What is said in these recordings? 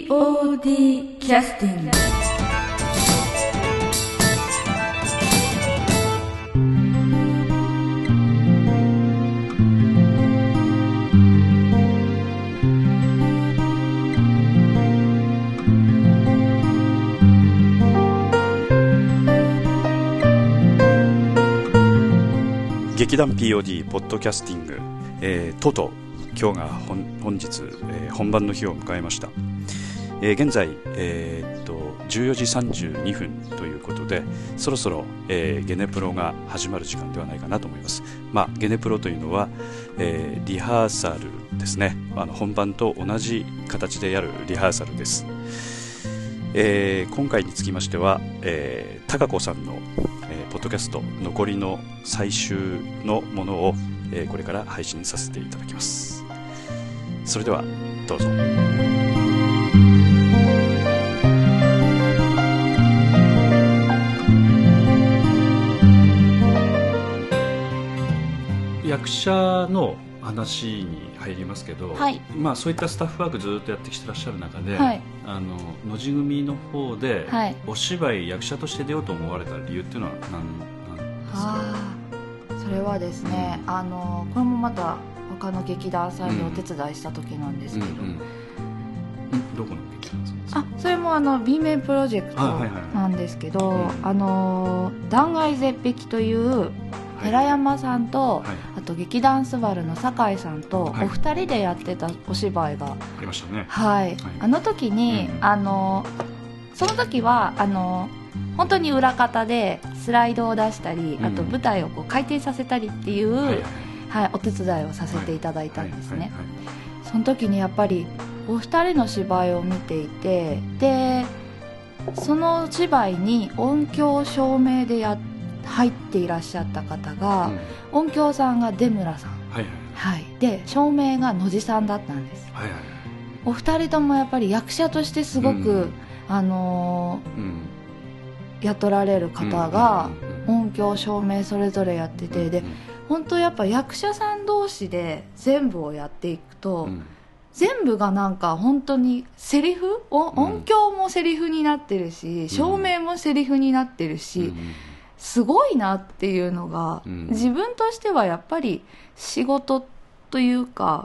POD キャスティング。 劇団 POD ポッドキャスティング、とうとう今日が本日、本番の日を迎えました。現在、14時32分ということで、そろそろ、ゲネプロが始まる時間ではないかなと思います。ゲネプロというのは、リハーサルですね。本番と同じ形でやるリハーサルです。今回につきましては、高子さんの、ポッドキャスト残りの最終のものを、これから配信させていただきます。それではどうぞ。役者の話に入りますけど、 はい、 そういったスタッフワークずっとやってきてらっしゃる中で、 はい、 野地組の方で、 はい、 お芝居役者として出ようと思われた理由っていうのは何ですか？ それはですね、これもまた他の劇団さんにお手伝いした時なんですけど、 どこの劇団さんですか？ それもB 面プロジェクトなんですけど、断崖絶壁という寺山さんと、あと劇団スバルの酒井さんと、お二人でやってたお芝居がありましたね。 あの時に、その時は本当に裏方でスライドを出したり、あと舞台をこう回転させたりっていう、お手伝いをさせていただいたんですね。その時にやっぱりお二人の芝居を見ていて、でその芝居に音響照明で入っていらっしゃった方が、音響さんが出村さん、で照明が野地さんだったんです。お二人ともやっぱり役者としてすごく、雇られる方が音響照明それぞれやってて、で本当やっぱ役者さん同士で全部をやっていくと、全部がなんか本当にセリフ、音響もセリフになってるし、照明もセリフになってるし、すごいなっていうのが、自分としてはやっぱり仕事というか、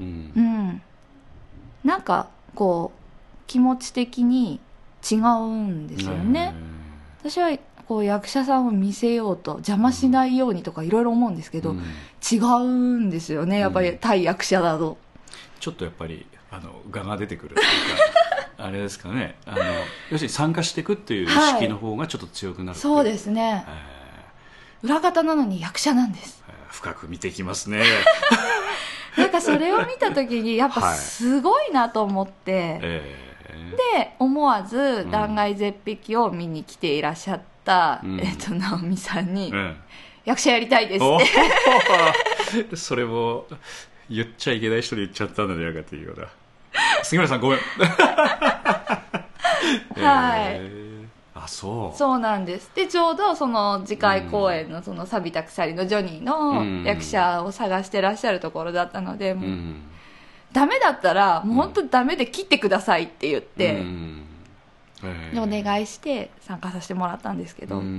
なんかこう気持ち的に違うんですよね。私はこう役者さんを見せようと邪魔しないようにとかいろいろ思うんですけど、違うんですよね、やっぱり対役者だと。 ちょっとやっぱり我が出てくるというかあれですかね、要するに参加していくっていう意識の方がちょっと強くなる、 そうですね、裏方なのに役者なんです。 深く見ていきますねなんかそれを見た時にやっぱすごいなと思って、で思わず断崖絶壁を見に来ていらっしゃった、直美さんに、役者やりたいですってそれも言っちゃいけない人で言っちゃったんだね、というような。杉村さんごめんそうなんです。でちょうどその次回公演のその錆びた鎖のジョニーの役者を探してらっしゃるところだったので、もうダメだったらもう本当にダメで切ってくださいって言って、でお願いして参加させてもらったんですけど、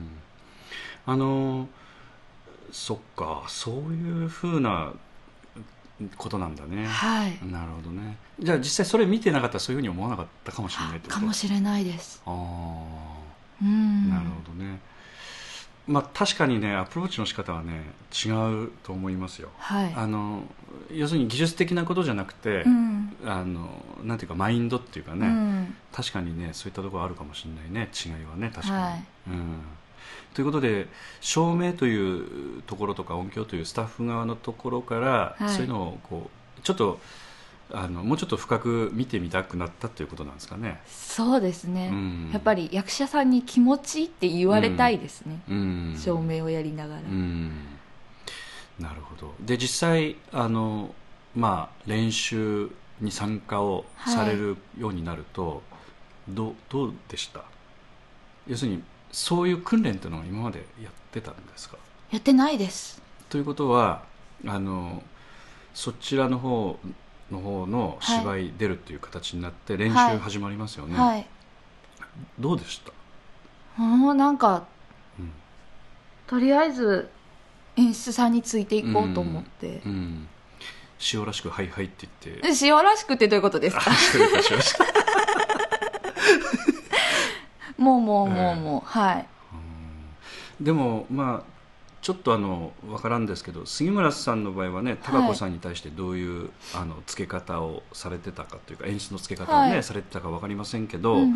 そっか、そういう風なことなんだね。なるほどね。じゃあ実際それ見てなかったらそういうふうに思わなかったかもしれないってこと？ かもしれないです。 なるほどね。確かにね、アプローチの仕方はね違うと思いますよ。要するに技術的なことじゃなくて、なんていうかマインドっていうかね、確かにねそういったところあるかもしれないね、違いはね、確かに。ということで、照明というところとか音響というスタッフ側のところから、そういうのをこうちょっともうちょっと深く見てみたくなったということなんですかね。 そうですね、やっぱり役者さんに気持ちいいって言われたいですね、照明をやりながら。 なるほど。で実際練習に参加をされるようになると、どうでした？要するにそういう訓練というのは今までやってたんですか？ やってないです。 ということはそちらの方の方の芝居出るっていう形になって練習始まりますよね、 はい、 どうでした？ なんか、とりあえず演出さんについていこうと思って、 塩らしくはいはいって言って。 塩らしくってどういうことですか？もう、はい。 でもまあちょっと分からんですけど、杉村さんの場合はね、貴子さんに対してどういう付け方をされてたかというか、演出の付け方をね、されてたか分かりませんけど、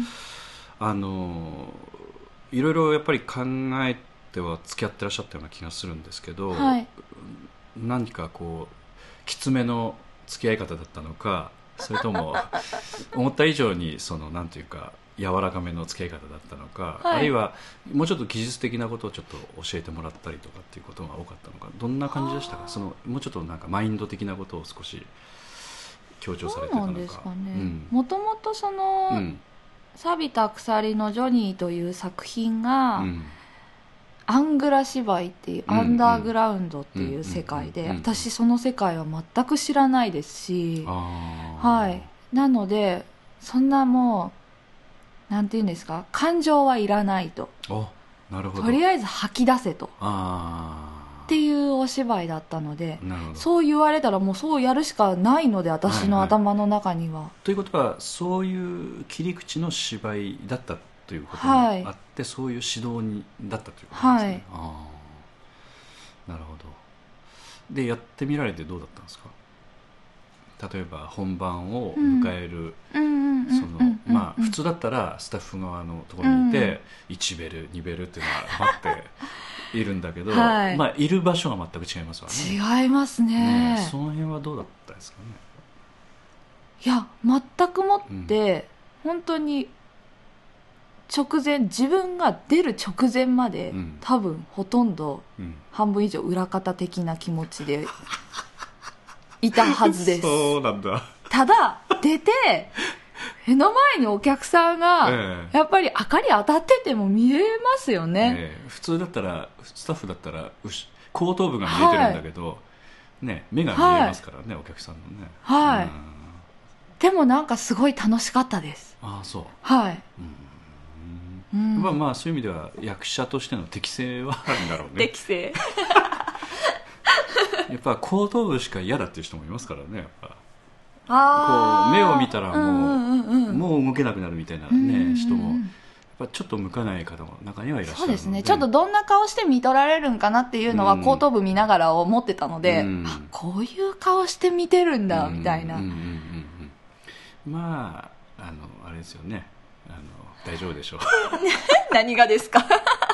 いろいろやっぱり考えては付き合ってらっしゃったような気がするんですけど、何かこうきつめの付き合い方だったのか、それとも思った以上になんていうか柔らかめの付き合い方だったのか、あるいはもうちょっと技術的なことをちょっと教えてもらったりとかっていうことが多かったのか、どんな感じでしたか？もうちょっとなんかマインド的なことを少し強調されてたのか。そうなんですかね。もともと錆びた鎖のジョニーという作品が、アングラ芝居っていう、アンダーグラウンドっていう世界で、私その世界は全く知らないですし、なのでそんなもうなんていうんですか、感情はいらないと。 なるほど。 とりあえず吐き出せと。っていうお芝居だったので、そう言われたらもうそうやるしかないので、私の頭の中には。ということは、そういう切り口の芝居だったということがあって、そういう指導だったということですね。なるほど。で、やってみられてどうだったんですか？例えば本番を迎える、まあ普通だったらスタッフ側のところにいて、1ベル2ベルっていうのは待っているんだけど、まあいる場所が全く違いますわね。違いますね。 その辺はどうだったですかね？ いや、全くもって本当に直前、自分が出る直前まで、多分ほとんど半分以上裏方的な気持ちでいたはずです。 そうなんだ。 ただ出て目の前にお客さんが、やっぱり明かり当たってても見えますよね。 普通だったら、スタッフだったら後頭部が見えてるんだけど、目が見えますからね、お客さんのね。 でもなんかすごい楽しかったです。 そう。 まあそういう意味では役者としての適性はあるんだろうね。 適性やっぱ後頭部しか嫌だっていう人もいますからね。やっぱこう目を見たらもう動けなくなるみたいな人もやっぱちょっと向かない方も中にはいらっしゃるので。 そうですね。ちょっとどんな顔して見とられるんかなっていうのは後頭部見ながら思ってたので、こういう顔して見てるんだみたいな。 まああれですよね。大丈夫でしょう。 何がですか？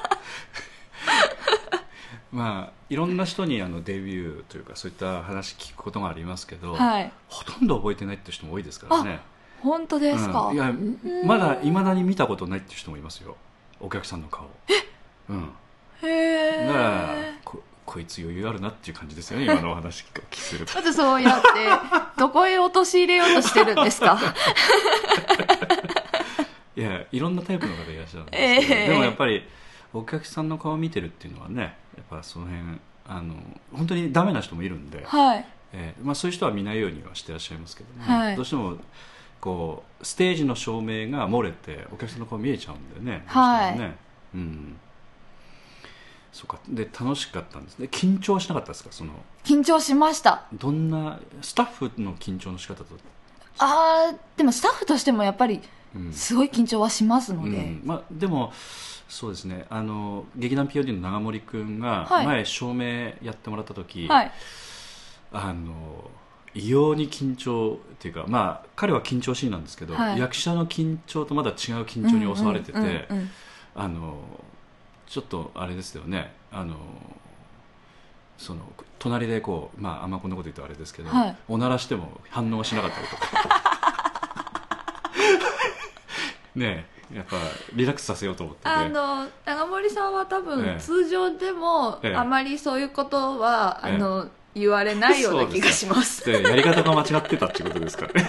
まあいろんな人にデビューというかそういった話聞くことがありますけど、ほとんど覚えてないって人も多いですからね。 本当ですか？ いや、まだいまだに見たことないっていう人もいますよ、お客さんの顔。だからこいつ余裕あるなっていう感じですよね、今のお話を聞すると。 まずそうやってどこへ陥れようとしてるんですか？ いや、いろんなタイプの方いらっしゃるんですけど、でもやっぱりお客さんの顔を見てるっていうのはね、やっぱその辺本当にダメな人もいるんで、まあ、そういう人は見ないようにはしてらっしゃいますけどね、どうしてもこうステージの照明が漏れてお客さんの顔見えちゃうんでね、そうか。で楽しかったんですね。緊張しなかったですか？ 緊張しました。 どんなスタッフの緊張の仕方と？ でもスタッフとしてもやっぱりすごい緊張はしますので、 まあ、でもそうですね、劇団 POD の長森くんが前照明やってもらった時、異様に緊張っていうか、まあ彼は緊張しいなんですけど、役者の緊張とまだ違う緊張に襲われてて、ちょっとあれですよね、隣でこう、まああんまこんなこと言うとあれですけど、おならしても反応しなかったりとかねえ、やっぱリラックスさせようと思って、 長森さんは多分通常でもあまりそういうことは言われないような気がします。 やり方が間違ってたっていうことですからね。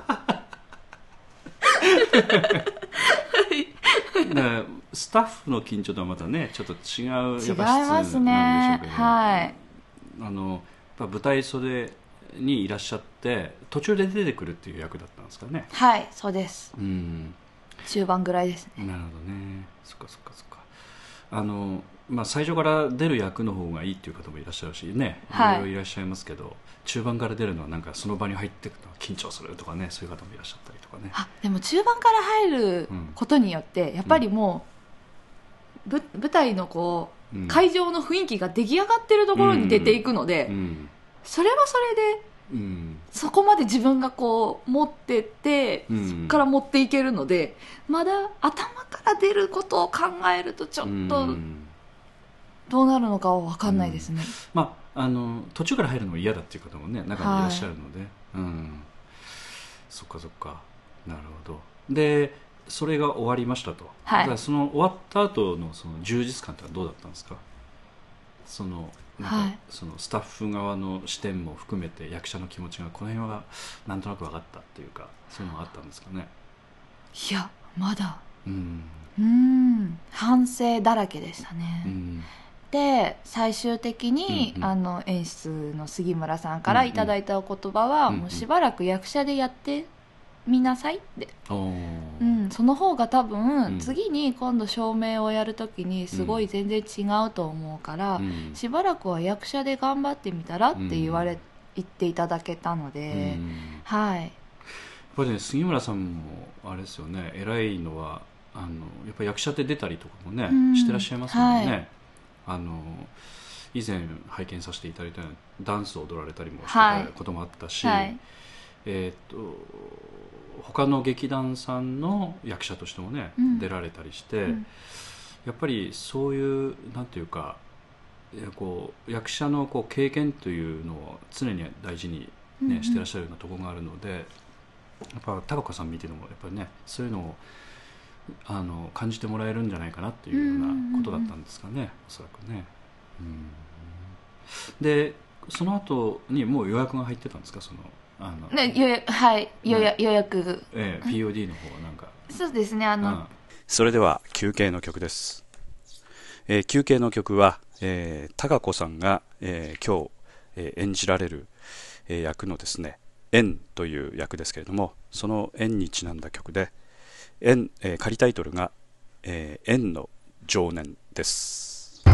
だからスタッフの緊張とはまたねちょっと違うやっぱ質なんでしょうけど、やっぱ舞台袖にいらっしゃって途中で出てくるっていう役だったんですかね。 はい、そうです。 うん、 中盤ぐらいですね。 なるほどね。そっかそっかそっか。最初から出る役の方がいいっていう方もいらっしゃるしね、 はい、 いろいろいらっしゃいますけど、中盤から出るのはなんかその場に入っていくのは緊張するとかね、そういう方もいらっしゃったりとかね。 でも中盤から入ることによってやっぱりもう、舞台のこう、会場の雰囲気が出来上がってるところに出ていくので、それはそれで、そこまで自分がこう持ってって、そこから持っていけるので、まだ頭から出ることを考えるとちょっとどうなるのかは分かんないですね。 途中から入るのが嫌だっていう方もね中にいらっしゃるので、そっかそっか、なるほど。でそれが終わりましたと、だからその終わった後のその充実感ってのはどうだったんですか。そのスタッフ側の視点も含めて役者の気持ちがこの辺はなんとなく分かったっていうか、そういうのがあったんですかね。 いやまだ反省だらけでしたね。で最終的に、演出の杉村さんからいただいたお言葉は、もうしばらく役者でやってみなさいって、その方が多分、次に今度照明をやるときにすごい全然違うと思うから、しばらくは役者で頑張ってみたらって言っていただけたので、はい。やっぱりね、杉村さんもあれですよね、偉いのはやっぱり役者で出たりとかもね、してらっしゃいますもんね。以前拝見させていただいたようなダンスを踊られたりもしてたこともあったし、他の劇団さんの役者としてもね、出られたりして、やっぱりそういうなんていうか、こう役者のこう経験というのを常に大事に、してらっしゃるようなところがあるので、やっぱ高子さん見てるのもやっぱりね、そういうのを感じてもらえるんじゃないかなっていうようなことだったんですかね、おそらくね。でその後にもう予約が入ってたんですか、その予約、 POD の方はなんか。 そうですね、 それでは休憩の曲です。休憩の曲は、高子さんが、今日、演じられる、役のですね、縁という役ですけれども、その縁にちなんだ曲で、仮タイトルが、縁の情念です。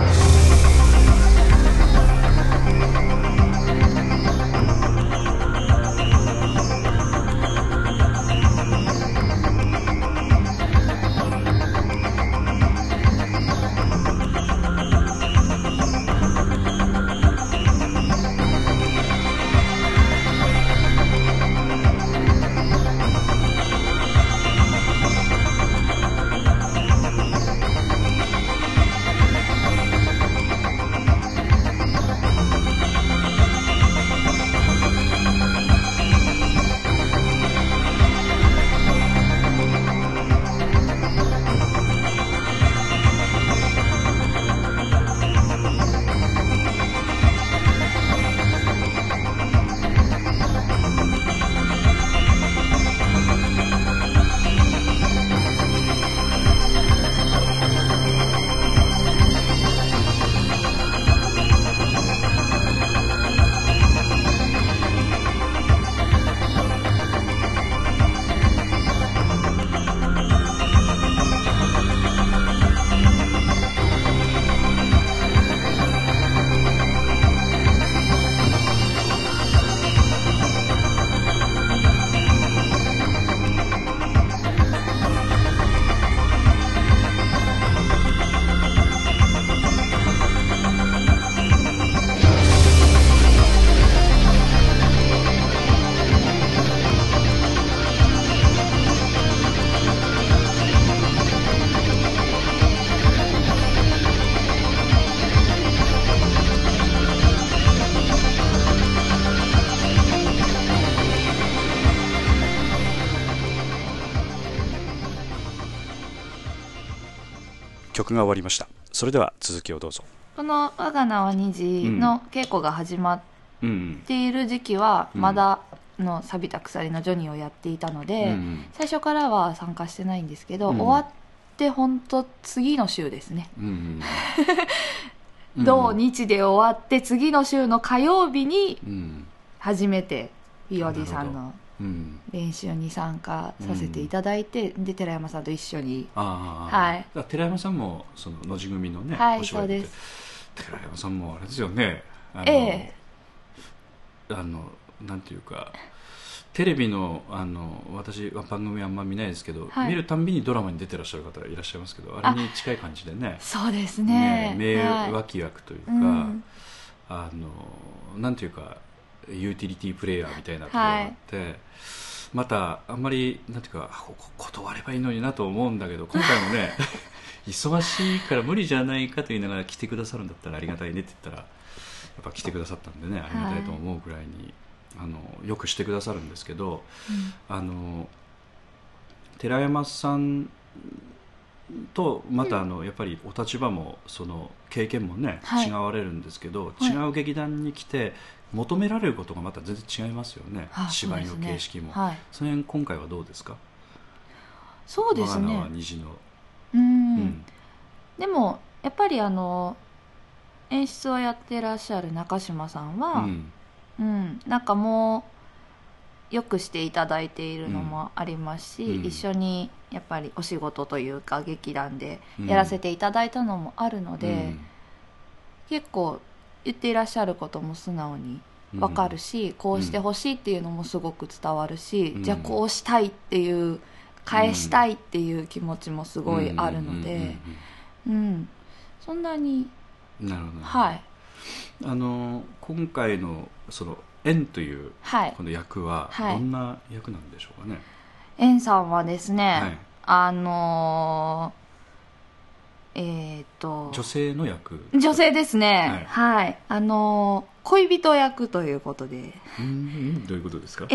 曲が終わりました。それでは続きをどうぞ。 この我が名は虹の稽古が始まっている時期はまだの錆びた鎖のジョニーをやっていたので、最初からは参加してないんですけど、終わって本当次の週ですね、土日で終わって次の週の火曜日に初めて POD さんの練習に参加させていただいて、で寺山さんと一緒に、 はい、寺山さんもその野地組のね、 はい、そうです。 寺山さんもあれですよね、なんていうかテレビの私は番組あんま見ないですけど、見るたんびにドラマに出てらっしゃる方がいらっしゃいますけど、あれに近い感じでね。 そうですね。 名脇役というか、なんていうかユーティリティプレイヤーみたいなところがあって、またあんまりなんていうか断ればいいのになと思うんだけど、今回もね忙しいから無理じゃないかと言いながら来てくださるんだったらありがたいねって言ったらやっぱ来てくださったんでね、ありがたいと思うぐらいに。よくしてくださるんですけど、寺山さんとまたやっぱりお立場もその経験もね、違われるんですけど、違う劇団に来て求められることがまた全然違いますよね、芝居の形式も。その辺今回はどうですか？ そうですね、 我が名は虹の。 でもやっぱり演出をやってらっしゃる中島さんは、なんかもうよくしていただいているのもありますし、一緒にやっぱりお仕事というか劇団でやらせていただいたのもあるので、結構言っていらっしゃることも素直に分かるし、こうしてほしいっていうのもすごく伝わるし、じゃあこうしたいっていう返したいっていう気持ちもすごいあるので、そんなに。 なるほど、 はい、 今回のその円というこの役はどんな役なんでしょうかね？ 円さんはですね、 女性の役？ 女性ですね。はい、恋人役ということで。 どういうことですか？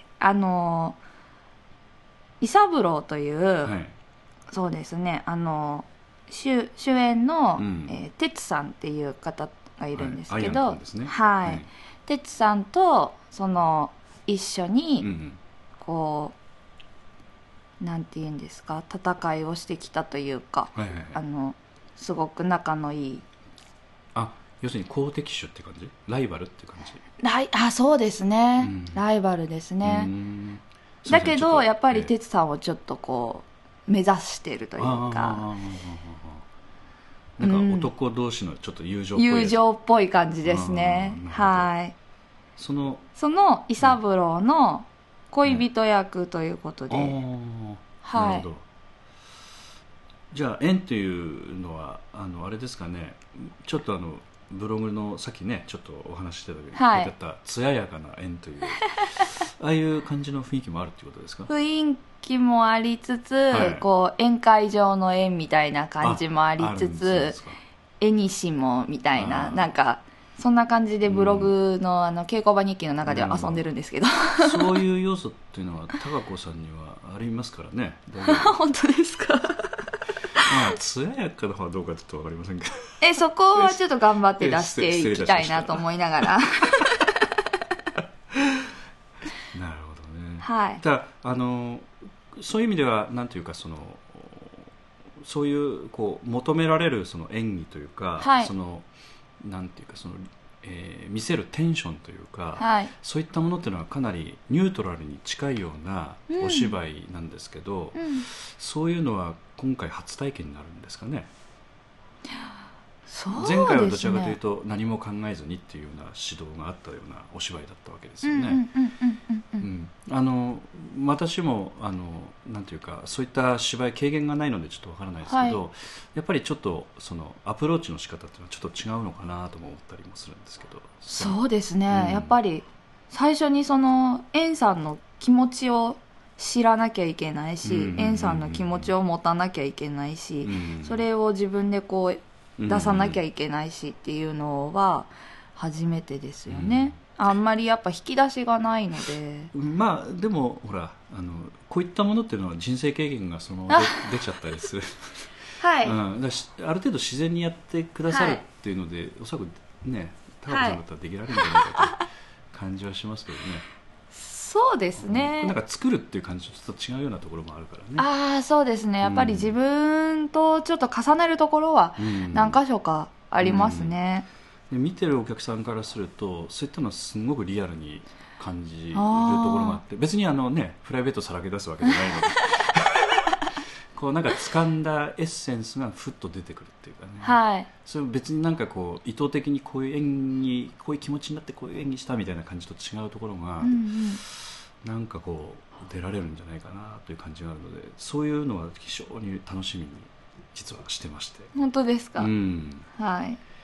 伊三郎という、そうですね、主演の哲さんっていう方がいるんですけど、哲さんと一緒にこうなんて言うんですか、戦いをしてきたというか、すごく仲のいい、 要するに好敵手って感じ、ライバルって感じ。 そうですね、ライバルですね。だけどやっぱり哲さんをちょっとこう目指しているというか、 なんか男同士のちょっと友情っぽい感じですね。はい。その伊三郎の恋人役ということで、 なるほど。じゃあ縁というのはあれですかね、ちょっとブログのさっきねちょっとお話ししてた時に書いてあった艶やかな縁というああいう感じの雰囲気もあるっていうことですか？ 雰囲気もありつつ、こう宴会場の縁みたいな感じもありつつ、絵にしもみたいな、なんかそんな感じでブログの稽古場日記の中では遊んでるんですけど、 そういう要素っていうのは高子さんにはありますからね。 本当ですか？ 艶やかな方はどうかちょっと分かりませんけど、そこはちょっと頑張って出していきたいなと思いながら。なるほどね。ただそういう意味ではなんていうかそういうこう求められるその演技というか、なんていうか見せるテンションというか、そういったものっていうのはかなりニュートラルに近いようなお芝居なんですけど、そういうのは今回初体験になるんですかね？前回はどちらかというと何も考えずにっていうような指導があったようなお芝居だったわけですよね。私もなんていうかそういった芝居経験がないのでちょっとわからないですけど、やっぱりちょっとアプローチの仕方っていうのはちょっと違うのかなとも思ったりもするんですけど。 そうですね、やっぱり最初に円さんの気持ちを知らなきゃいけないし、円さんの気持ちを持たなきゃいけないし、それを自分でこう出さなきゃいけないしっていうのは初めてですよね。あんまりやっぱ引き出しがないので。 でもほらこういったものっていうのは人生経験が出ちゃったりするある程度自然にやってくださるっていうので、おそらくね高子さんだったらできられるんじゃないかという感じはしますけどね。 そうですね、 なんか作るっていう感じとちょっと違うようなところもあるからね。 そうですね、やっぱり自分とちょっと重ねるところは何箇所かありますね。 で見てるお客さんからするとそういったのはすごくリアルに感じるところがあって、別にプライベートさらけ出すわけじゃないのでこうなんか掴んだエッセンスがふっと出てくるっていうかね、 はい、 それ別になんかこう意図的にこういう演技、こういう気持ちになってこういう演技したみたいな感じと違うところが、なんかこう出られるんじゃないかなという感じがあるので、そういうのは非常に楽しみに実はしてまして。 本当ですか？ はい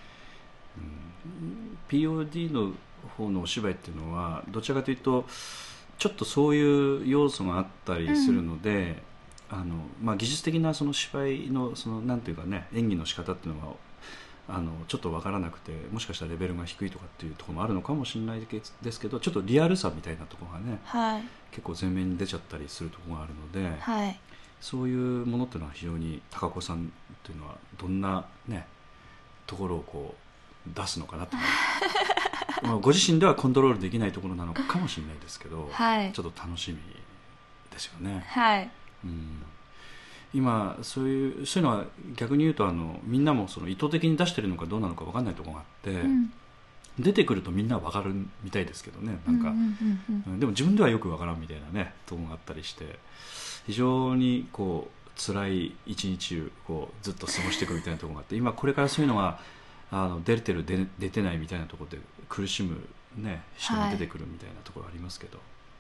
、POD の方のお芝居っていうのはどちらかというとちょっとそういう要素があったりするので、技術的なその芝居のなんていうかね、演技の仕方っていうのはちょっと分からなくて、もしかしたらレベルが低いとかっていうところもあるのかもしれないですけど、ちょっとリアルさみたいなところがね、 はい、 結構前面に出ちゃったりするところがあるので、 はい、 そういうものっていうのは非常に高子さんっていうのはどんなねところをこう出すのかなとご自身ではコントロールできないところなのかもしれないですけど、 はい、 ちょっと楽しみですよね。 はい、 今そういうのは逆に言うとみんなもその意図的に出してるのかどうなのか分かんないところがあって、出てくるとみんな分かるみたいですけどね、なんか、でも自分ではよく分からんみたいなねところがあったりして、非常にこう辛い一日をこうずっと過ごしていくみたいなところがあって、今これからそういうのが出てる出てないみたいなところで苦しむ、ね、人が出てくるみたいなところありますけど、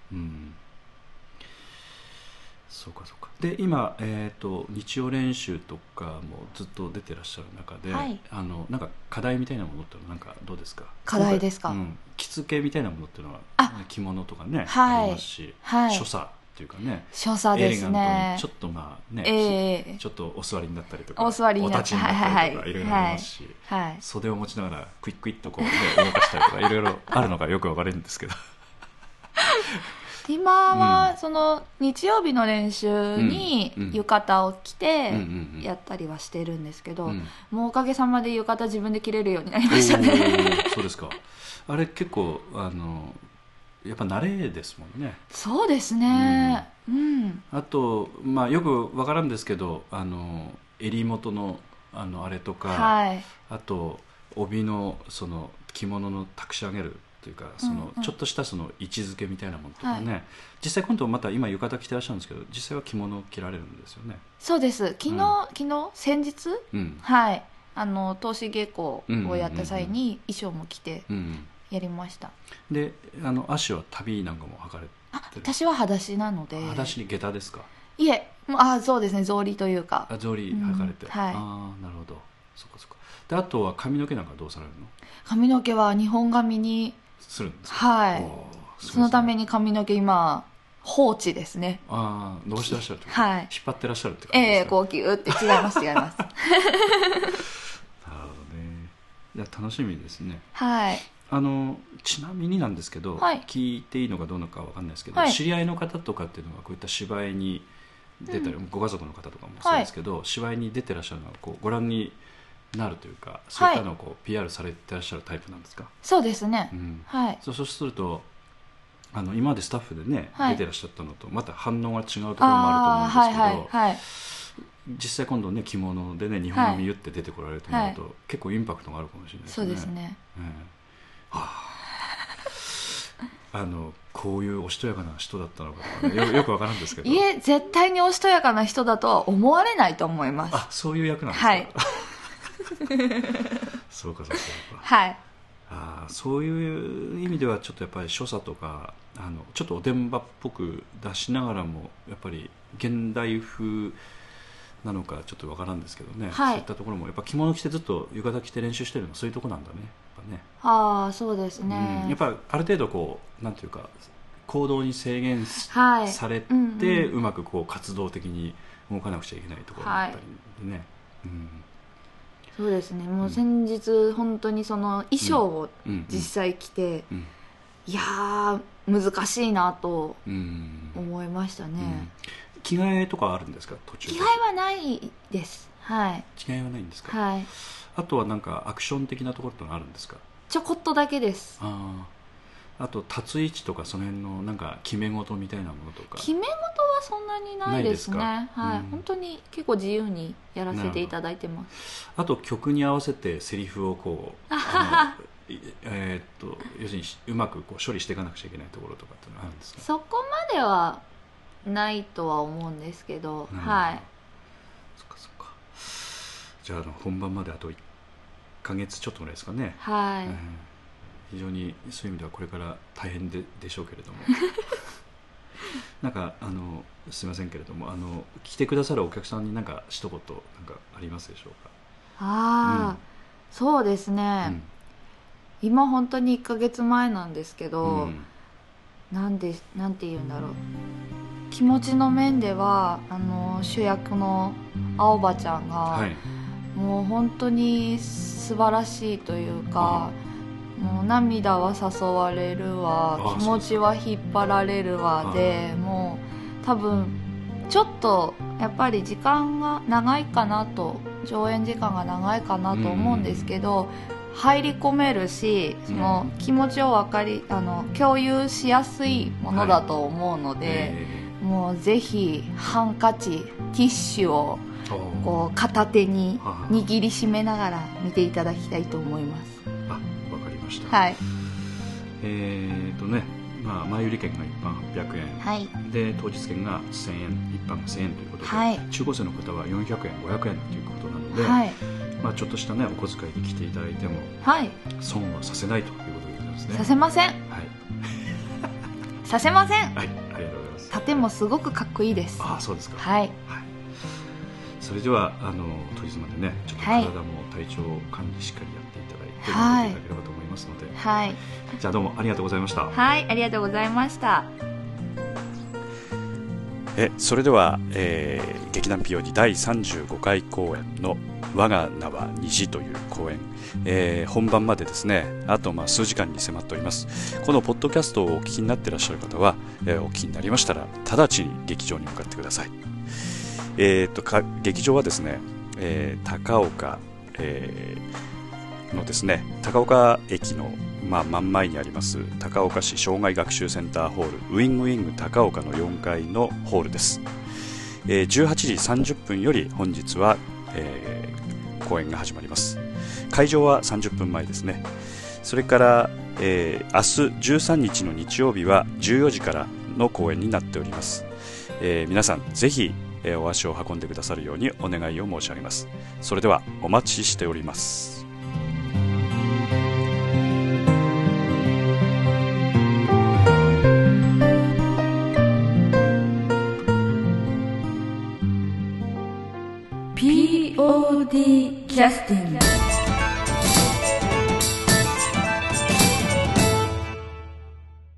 そうかそうか。で今、日曜練習とかもずっと出てらっしゃる中で、 はい、 なんか課題みたいなものってのはなんかどうですか？ 課題ですか？ 着付けみたいなものっていうのは着物とかね、ありますし、所作っていうかね、 所作ですね。 エレガントにちょっとね、ちょっとお座りになったりとか、お立ちになったりとかいろいろありますし、袖を持ちながらクイックイッとこう、ね、動かしたりとかいろいろあるのがよく分かるんですけど今はその日曜日の練習に浴衣を着てやったりはしてるんですけど、もうおかげさまで浴衣自分で着れるようになりましたね。 そうですか。あれ結構やっぱ慣れですもんね。 そうですね、 あと、よく分からんですけど襟元のあれとか、あと帯のその着物のたくし上げるというか、ちょっとしたその位置づけみたいなものとかね、実際今度また今浴衣着てらっしゃるんですけど、実際は着物を着られるんですよね。 そうです。昨日先日、はい、通し稽古をやった際に衣装も着てやりました。 で足は足袋なんかも履かれてる？ 私は裸足なので。 裸足に下駄ですか？ いえ、そうですね、草履というか。 草履履かれて、 はい、 なるほど。そっかそっか。であとは髪の毛なんかどうされるの？ 髪の毛は日本髪にするんですか？ はい。そのために髪の毛今放置ですね。 伸ばしてらっしゃるってこと？ はい。 引っ張ってらっしゃるってことですか？ こうキューって違います違います。なるほどね。いや楽しみですね。 はい。 ちなみになんですけど、聞いていいのかどうなのかわかんないですけど、知り合いの方とかっていうのがこういった芝居に出たり、ご家族の方とかもそうですけど、芝居に出てらっしゃるのはこうご覧になるというか、そういったのをこう PR されてらっしゃるタイプなんですか？ そうですね、 そうすると今までスタッフでね、出てらっしゃったのとまた反応が違うところもあると思うんですけど、実際今度ね着物でね日本髪言って出てこられると思うと、結構インパクトがあるかもしれないですね。 そうですね、 こういうおしとやかな人だったのかとか、ね、よくわからんですけどいえ、絶対におしとやかな人だとは思われないと思います。 そういう役なんですか？そうかそうか。 はい。 そういう意味ではちょっとやっぱり所作とかちょっとおてんばっぽく出しながらもやっぱり現代風なのかちょっとわからんですけどね、そういったところもやっぱ着物着てずっと浴衣着て練習してるのはそういうところなんだね、やっぱね。 そうですね、 やっぱある程度こうなんていうか行動に制限されて、うまくこう活動的に動かなくちゃいけないところだったりね、 そうですね。もう先日本当にその衣装を実際着て、いやー難しいなと思いましたね。 着替えとかあるんですか？途中着替えはないです。はい。 着替えはないんですか？ はい。 あとはなんかアクション的なところってのはあるんですか？ ちょこっとだけです。 あと立つ位置とかその辺のなんか決め事みたいなものとか。 決め事はそんなにないですね。 ないですか？ はい、本当に結構自由にやらせていただいてます。 あと曲に合わせてセリフをこう要するにうまくこう処理していかなくちゃいけないところとかっていうのはあるんですか？ そこまではないとは思うんですけど、はい。 そっかそっか。じゃあ本番まであと1ヶ月ちょっとぐらいですかね。 はい。 非常にそういう意味ではこれから大変 でしょうけれどもなんかすいませんけれども来てくださるお客さんになんか一言なんかありますでしょうか？ そうですね、今本当に1ヶ月前なんですけど、なんて言うんだろう、気持ちの面では主役の青葉ちゃんが、もう本当に素晴らしいというか、もう涙は誘われるわ、気持ちは引っ張られるわで、もう多分ちょっとやっぱり時間が長いかなと、上演時間が長いかなと思うんですけど、入り込めるし、その気持ちを共有しやすいものだと思うので、もうぜひハンカチ、ティッシュをこう片手に握りしめながら見ていただきたいと思います。 わかりました。はい。前売り券が一般800円、はい、で当日券が1000円、一般が1000円ということで、はい、中高生の方は400円、500円ということなので、はい、ちょっとしたねお小遣いで来ていただいても、はい、損はさせないということでございますね。 させません。はい。させません。はい、 ありがとうございます。 盾もすごくかっこいいです。 あ、そうですか。 はい。はい、 それでは当日までね、ちょっと体も体調管理しっかりやっていただいて、はい、いただければと思いますので、はい。じゃあどうもありがとうございました。 はい、ありがとうございました。 それでは、劇団 POD 第35回公演の我が名は虹という公演、本番までですね、あと数時間に迫っております。このポッドキャストをお聞きになっていらっしゃる方は、お聞きになりましたら直ちに劇場に向かってください。劇場はですね、高岡、のですね、高岡駅の真ん前にあります高岡市障害学習センターホールウィングウィング高岡の4階のホールです。18時30分より本日は、公演が始まります。会場は30分前ですね。それから、明日13日の日曜日は14時からの公演になっております。皆さんぜひお足を運んでくださるようにお願いを申し上げます。それではお待ちしております。 POD キャスティング